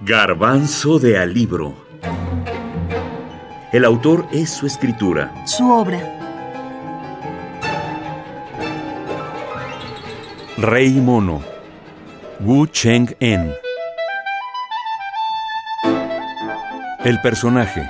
Garbanzo de Alibro. El autor es su escritura. Su obra. Rey Mono. Wu Cheng-en. El personaje.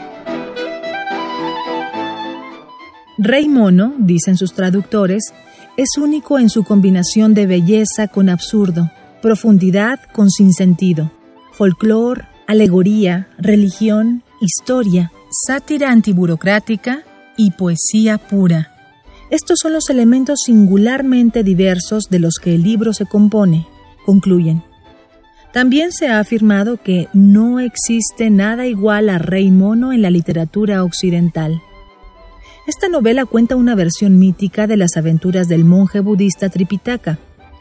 Rey Mono, dicen sus traductores, es único en su combinación de belleza con absurdo, profundidad con sinsentido, folclor, alegoría, religión, historia, sátira antiburocrática y poesía pura. Estos son los elementos singularmente diversos de los que el libro se compone, concluyen. También se ha afirmado que no existe nada igual a Rey Mono en la literatura occidental. Esta novela cuenta una versión mítica de las aventuras del monje budista Tripitaka,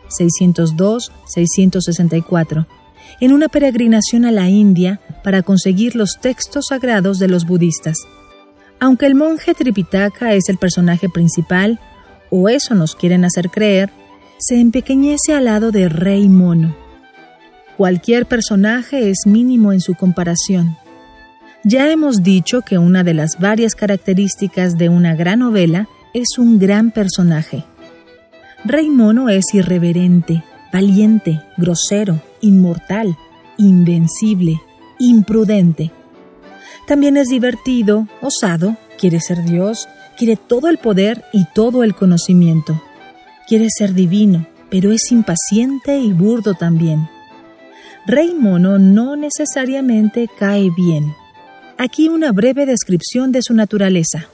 602-664, en una peregrinación a la India para conseguir los textos sagrados de los budistas. Aunque el monje Tripitaka es el personaje principal, o eso nos quieren hacer creer, se empequeñece al lado de Rey Mono. Cualquier personaje es mínimo en su comparación. Ya hemos dicho que una de las varias características de una gran novela es un gran personaje. Rey Mono es irreverente, valiente, grosero, inmortal, invencible, imprudente. También es divertido, osado, quiere ser Dios, quiere todo el poder y todo el conocimiento. Quiere ser divino, pero es impaciente y burdo también. Rey Mono no necesariamente cae bien. Aquí una breve descripción de su naturaleza.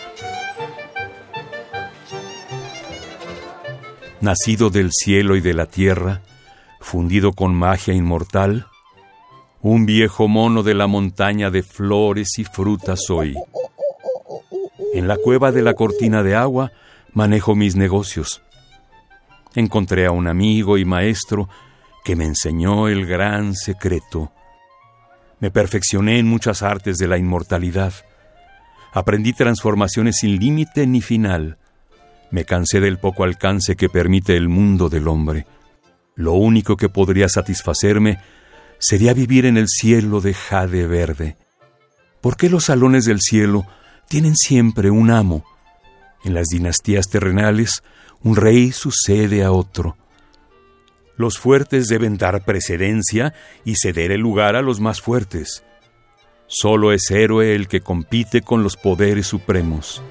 Nacido del cielo y de la tierra, fundido con magia inmortal, un viejo mono de la montaña de flores y frutas soy. En la cueva de la cortina de agua manejo mis negocios. Encontré a un amigo y maestro que me enseñó el gran secreto. Me perfeccioné en muchas artes de la inmortalidad. Aprendí transformaciones sin límite ni final. Me cansé del poco alcance que permite el mundo del hombre. Lo único que podría satisfacerme sería vivir en el cielo de jade verde. ¿Por qué los salones del cielo tienen siempre un amo? En las dinastías terrenales, un rey sucede a otro. Los fuertes deben dar precedencia y ceder el lugar a los más fuertes. Solo es héroe el que compite con los poderes supremos.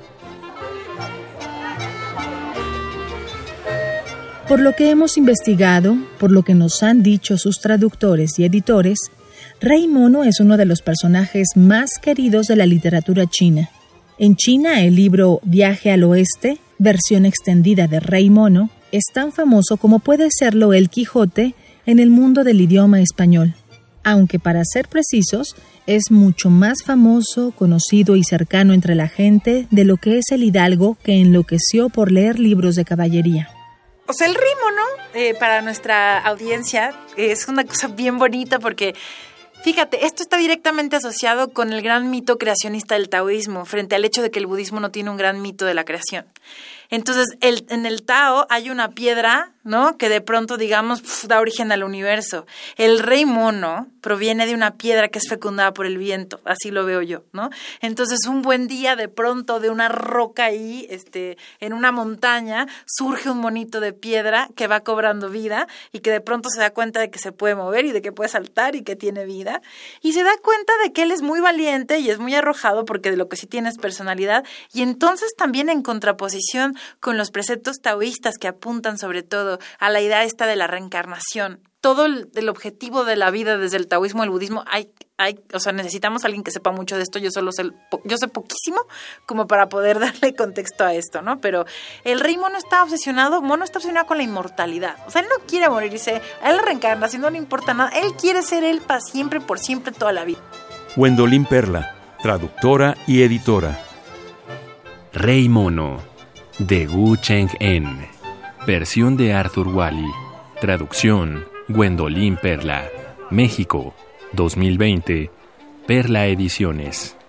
Por lo que hemos investigado, por lo que nos han dicho sus traductores y editores, Rey Mono es uno de los personajes más queridos de la literatura china. En China, el libro Viaje al Oeste, versión extendida de Rey Mono, es tan famoso como puede serlo el Quijote en el mundo del idioma español, aunque para ser precisos, es mucho más famoso, conocido y cercano entre la gente de lo que es el hidalgo que enloqueció por leer libros de caballería. O sea, el Rey Mono, para nuestra audiencia, es una cosa bien bonita porque, fíjate, esto está directamente asociado con el gran mito creacionista del taoísmo, frente al hecho de que el budismo no tiene un gran mito de la creación. Entonces, en el Tao hay una piedra, ¿no?, que de pronto, digamos, da origen al universo. El Rey Mono proviene de una piedra que es fecundada por el viento, así lo veo yo, ¿no? Entonces, un buen día, de pronto, de una roca ahí, en una montaña, surge un monito de piedra que va cobrando vida y que de pronto se da cuenta de que se puede mover y de que puede saltar y que tiene vida. Y se da cuenta de que él es muy valiente y es muy arrojado porque de lo que sí tiene es personalidad. Y entonces también en contraposición con los preceptos taoístas que apuntan sobre todo a la idea esta de la reencarnación. Todo el objetivo de la vida desde el taoísmo al budismo, necesitamos a alguien que sepa mucho de esto. Yo sé poquísimo como para poder darle contexto a esto, ¿no? Pero el Rey Mono está obsesionado con la inmortalidad. O sea, él no quiere morirse, a él la reencarnación no le importa nada. Él quiere ser él para siempre, por siempre, toda la vida. Gwendolyn Perla, traductora y editora. Rey Mono, de Wu Cheng-en. Versión de Arthur Wallis. Traducción, Gwendolyn Perla. México, 2020. Perla Ediciones.